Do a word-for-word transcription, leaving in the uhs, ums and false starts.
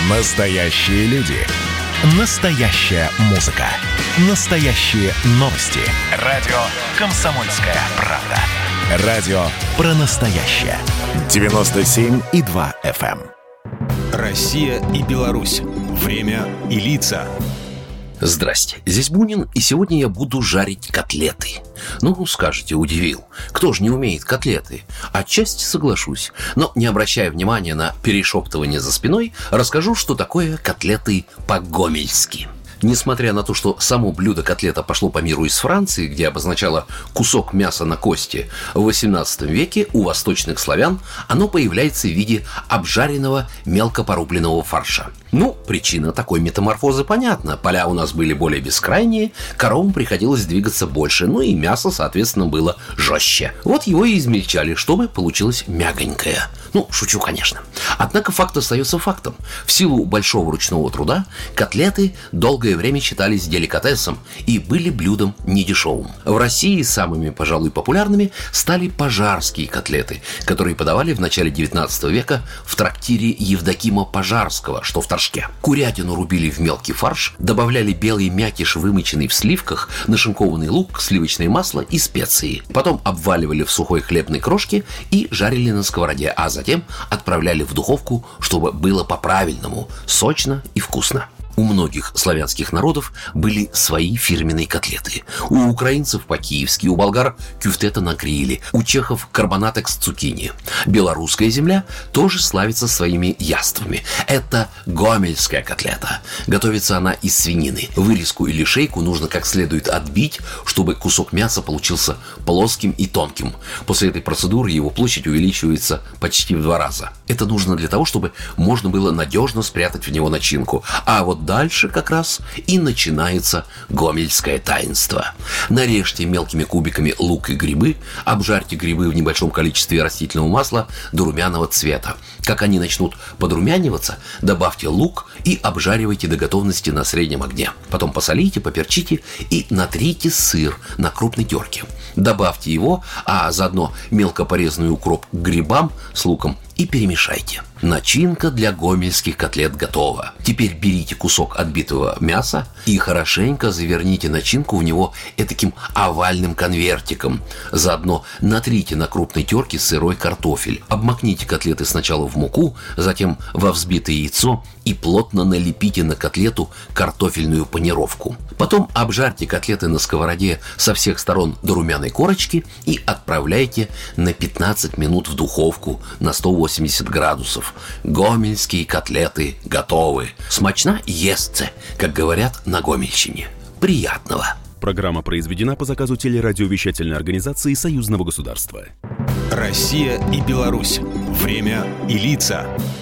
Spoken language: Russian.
Настоящие люди. Настоящая музыка. Настоящие новости. Радио «Комсомольская правда». Радио про настоящее. девяносто семь и два эф эм. Россия и Беларусь. Время и лица. Здрасте, здесь Бунин, и сегодня я буду жарить котлеты. Ну, скажете, удивил. Кто же не умеет котлеты? Отчасти соглашусь, но, не обращая внимания на перешептывание за спиной, расскажу, что такое котлеты по-гомельски. Несмотря на то, что само блюдо котлета пошло по миру из Франции, где обозначало кусок мяса на кости, в восемнадцатом веке у восточных славян оно появляется в виде обжаренного мелко порубленного фарша. Ну, причина такой метаморфозы понятна. Поля у нас были более бескрайние, коровам приходилось двигаться больше, ну и мясо, соответственно, было жестче. Вот его и измельчали, чтобы получилось мягонькое. Ну, шучу, конечно. Однако факт остается фактом. В силу большого ручного труда котлеты долгое время считались деликатесом и были блюдом недешевым. В России самыми, пожалуй, популярными стали пожарские котлеты, которые подавали в начале девятнадцатого века в трактире Евдокима Пожарского, что в Торжке. Курятину рубили в мелкий фарш, добавляли белый мякиш, вымоченный в сливках, нашинкованный лук, сливочное масло и специи. Потом обваливали в сухой хлебной крошке и жарили на сковороде, а затем отправляли в духовку, чтобы было по-правильному, сочно и вкусно. У многих славянских народов были свои фирменные котлеты. У украинцев по-киевски, у болгар кюфтета на гриле, у чехов карбонатек с цукини. Белорусская земля тоже славится своими яствами. Это гомельская котлета. Готовится она из свинины. Вырезку или шейку нужно как следует отбить, чтобы кусок мяса получился плоским и тонким. После этой процедуры его площадь увеличивается почти в два раза. Это нужно для того, чтобы можно было надежно спрятать в него начинку. А вот дальше как раз и начинается гомельское таинство. Нарежьте мелкими кубиками лук и грибы, обжарьте грибы в небольшом количестве растительного масла до румяного цвета. Как они начнут подрумяниваться, добавьте лук и обжаривайте до готовности на среднем огне. Потом посолите, поперчите и натрите сыр на крупной терке. Добавьте его, а заодно мелко порезанный укроп к грибам с луком и перемешайте. Начинка для гомельских котлет готова. Теперь берите кусок отбитого мяса и хорошенько заверните начинку в него этаким овальным конвертиком. Заодно натрите на крупной терке сырой картофель. Обмакните котлеты сначала в муку, затем во взбитое яйцо и плотно налепите на котлету картофельную панировку. Потом обжарьте котлеты на сковороде со всех сторон до румяной корочки и отправляйте на пятнадцать минут в духовку на сто восемьдесят градусов. Гомельские котлеты готовы. Смачна естся, как говорят на Гомельщине. Приятного. Программа произведена по заказу телерадиовещательной организации Союзного государства. Россия и Беларусь. Время и лица.